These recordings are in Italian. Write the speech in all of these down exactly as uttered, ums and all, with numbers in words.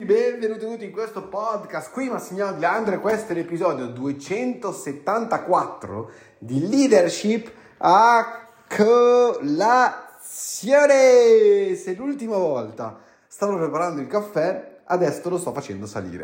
Benvenuti tutti in questo podcast, qui Massimiliano Di Landro e questo è l'episodio duecentosettantaquattro di Leadership a colazione. Se l'ultima volta stavo preparando il caffè, adesso lo sto facendo salire.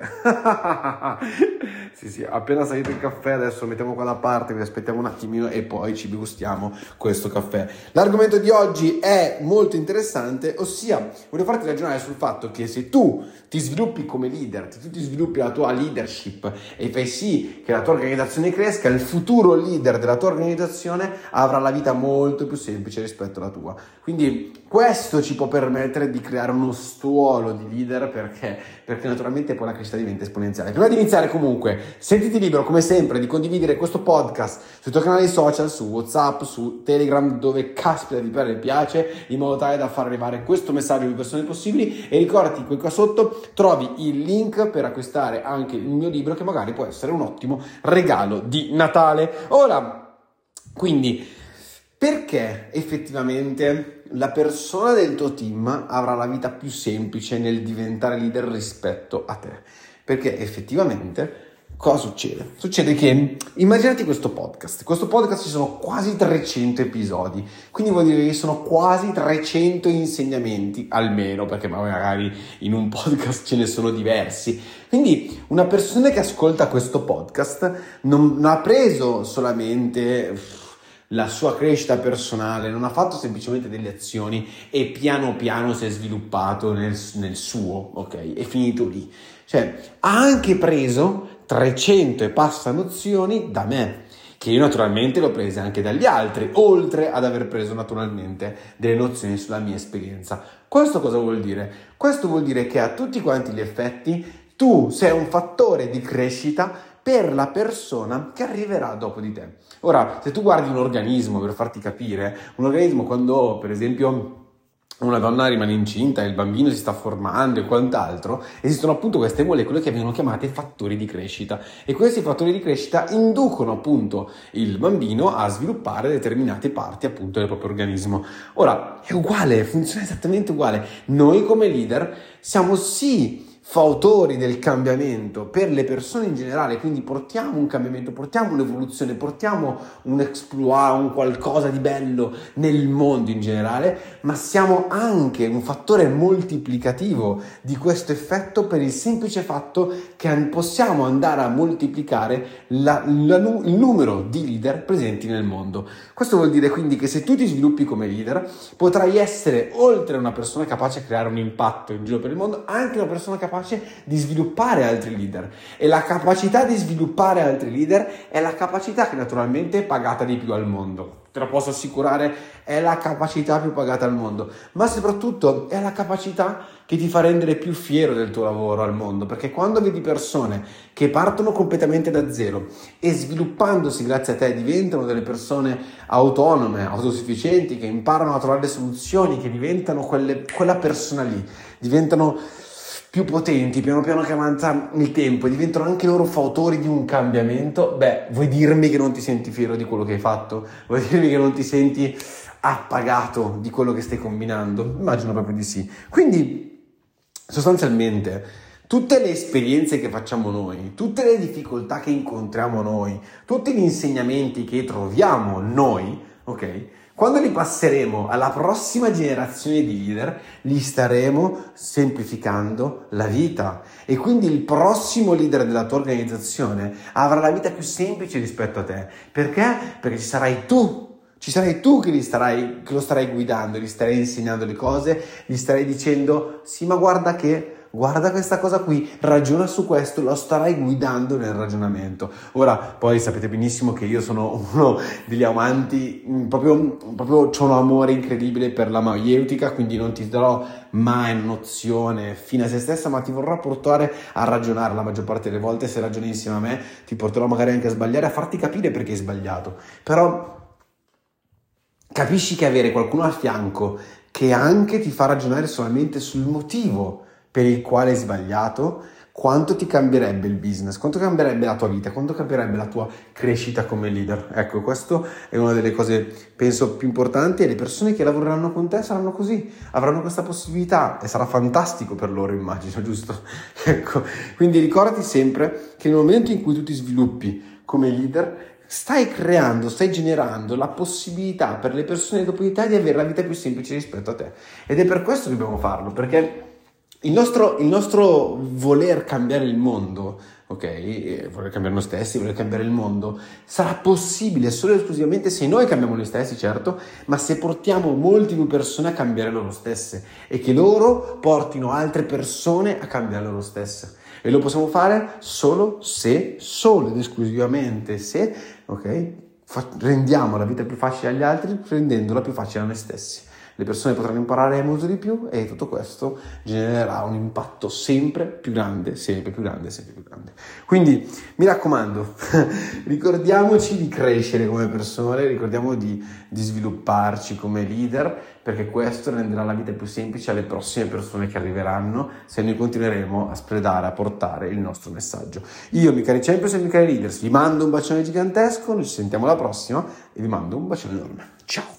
Sì, sì, appena salito il caffè, adesso lo mettiamo qua da parte, vi aspettiamo un attimino e poi ci gustiamo questo caffè. L'argomento di oggi è molto interessante, ossia voglio farti ragionare sul fatto che se tu ti sviluppi come leader, se tu ti sviluppi la tua leadership e fai sì che la tua organizzazione cresca, il futuro leader della tua organizzazione avrà la vita molto più semplice rispetto alla tua. Quindi questo ci può permettere di creare uno stuolo di leader perché, perché naturalmente poi la crescita diventa esponenziale. Prima di iniziare comunque, sentiti libero come sempre di condividere questo podcast sui tuoi canali social, su WhatsApp, su Telegram, dove caspita ti pare piace, in modo tale da far arrivare questo messaggio a più persone possibili. E ricordati che qua sotto trovi il link per acquistare anche il mio libro, che magari può essere un ottimo regalo di Natale. Ora, quindi, perché effettivamente la persona del tuo team avrà la vita più semplice nel diventare leader rispetto a te? Perché effettivamente cosa succede? Succede che, immaginati questo podcast, questo podcast ci sono quasi trecento episodi, quindi vuol dire che sono quasi trecento insegnamenti, almeno, perché magari in un podcast ce ne sono diversi. Quindi una persona che ascolta questo podcast non ha preso solamente la sua crescita personale, non ha fatto semplicemente delle azioni e piano piano si è sviluppato nel, nel suo, ok? È finito lì. Cioè, ha anche preso trecento e passa nozioni da me, che io naturalmente le ho prese anche dagli altri, oltre ad aver preso naturalmente delle nozioni sulla mia esperienza. Questo cosa vuol dire? Questo vuol dire che a tutti quanti gli effetti tu sei un fattore di crescita per la persona che arriverà dopo di te. Ora, se tu guardi un organismo, per farti capire, un organismo quando, per esempio, una donna rimane incinta e il bambino si sta formando e quant'altro, esistono appunto queste molecole che vengono chiamate fattori di crescita, e questi fattori di crescita inducono appunto il bambino a sviluppare determinate parti appunto del proprio organismo. Ora, è uguale, funziona esattamente uguale. Noi come leader siamo sì fautori del cambiamento per le persone in generale, quindi portiamo un cambiamento, portiamo un'evoluzione, portiamo un exploit, un qualcosa di bello nel mondo in generale, ma siamo anche un fattore moltiplicativo di questo effetto per il semplice fatto che possiamo andare a moltiplicare la, la, il numero di leader presenti nel mondo. Questo vuol dire quindi che se tu ti sviluppi come leader, potrai essere, oltre a una persona capace di creare un impatto in giro per il mondo, anche una persona capace di sviluppare altri leader, e la capacità di sviluppare altri leader è la capacità che naturalmente è pagata di più al mondo. Te lo posso assicurare, è la capacità più pagata al mondo, ma soprattutto è la capacità che ti fa rendere più fiero del tuo lavoro al mondo, perché quando vedi persone che partono completamente da zero e sviluppandosi grazie a te diventano delle persone autonome, autosufficienti, che imparano a trovare le soluzioni, che diventano quelle, quella persona lì, diventano più potenti, piano piano che avanza il tempo, e diventano anche loro fautori di un cambiamento, beh, vuoi dirmi che non ti senti fiero di quello che hai fatto? Vuoi dirmi che non ti senti appagato di quello che stai combinando? Immagino proprio di sì. Quindi, sostanzialmente, tutte le esperienze che facciamo noi, tutte le difficoltà che incontriamo noi, tutti gli insegnamenti che troviamo noi, ok? Quando li passeremo alla prossima generazione di leader, gli staremo semplificando la vita, e quindi il prossimo leader della tua organizzazione avrà la vita più semplice rispetto a te. Perché? Perché ci sarai tu, ci sarai tu che, li starai, che lo starai guidando, gli starai insegnando le cose, gli starai dicendo sì, ma guarda che... guarda questa cosa qui, ragiona su questo, lo starai guidando nel ragionamento. Ora, poi sapete benissimo che io sono uno degli amanti, proprio, proprio c'ho un amore incredibile per la maieutica, quindi non ti darò mai una nozione fine a se stessa, ma ti vorrò portare a ragionare la maggior parte delle volte. Se ragioni insieme a me, ti porterò magari anche a sbagliare, a farti capire perché hai sbagliato. Però capisci che avere qualcuno a fianco che anche ti fa ragionare solamente sul motivo per il quale hai sbagliato, quanto ti cambierebbe il business, quanto cambierebbe la tua vita, quanto cambierebbe la tua crescita come leader. Ecco, questo è una delle cose, penso, più importanti, e le persone che lavoreranno con te saranno così, avranno questa possibilità e sarà fantastico per loro, immagino, giusto? Ecco, quindi ricordati sempre che nel momento in cui tu ti sviluppi come leader, stai creando, stai generando la possibilità per le persone dopo di te di avere la vita più semplice rispetto a te. Ed è per questo che dobbiamo farlo, perché il nostro, il nostro voler cambiare il mondo, ok? Voler cambiare noi stessi, voler cambiare il mondo, sarà possibile solo e esclusivamente se noi cambiamo noi stessi, certo, ma se portiamo molte più persone a cambiare loro stesse e che loro portino altre persone a cambiare loro stesse. E lo possiamo fare solo se, solo ed esclusivamente se, ok? Fa- rendiamo la vita più facile agli altri, rendendola più facile a noi stessi. Le persone potranno imparare molto di più e tutto questo genererà un impatto sempre più grande, sempre più grande, sempre più grande. Quindi mi raccomando, ricordiamoci di crescere come persone, ricordiamo di, di svilupparci come leader, perché questo renderà la vita più semplice alle prossime persone che arriveranno se noi continueremo a spreadare, a portare il nostro messaggio. Io, miei cari champions e miei cari leaders, vi mando un bacione gigantesco, noi ci sentiamo alla prossima e vi mando un bacione enorme. Ciao!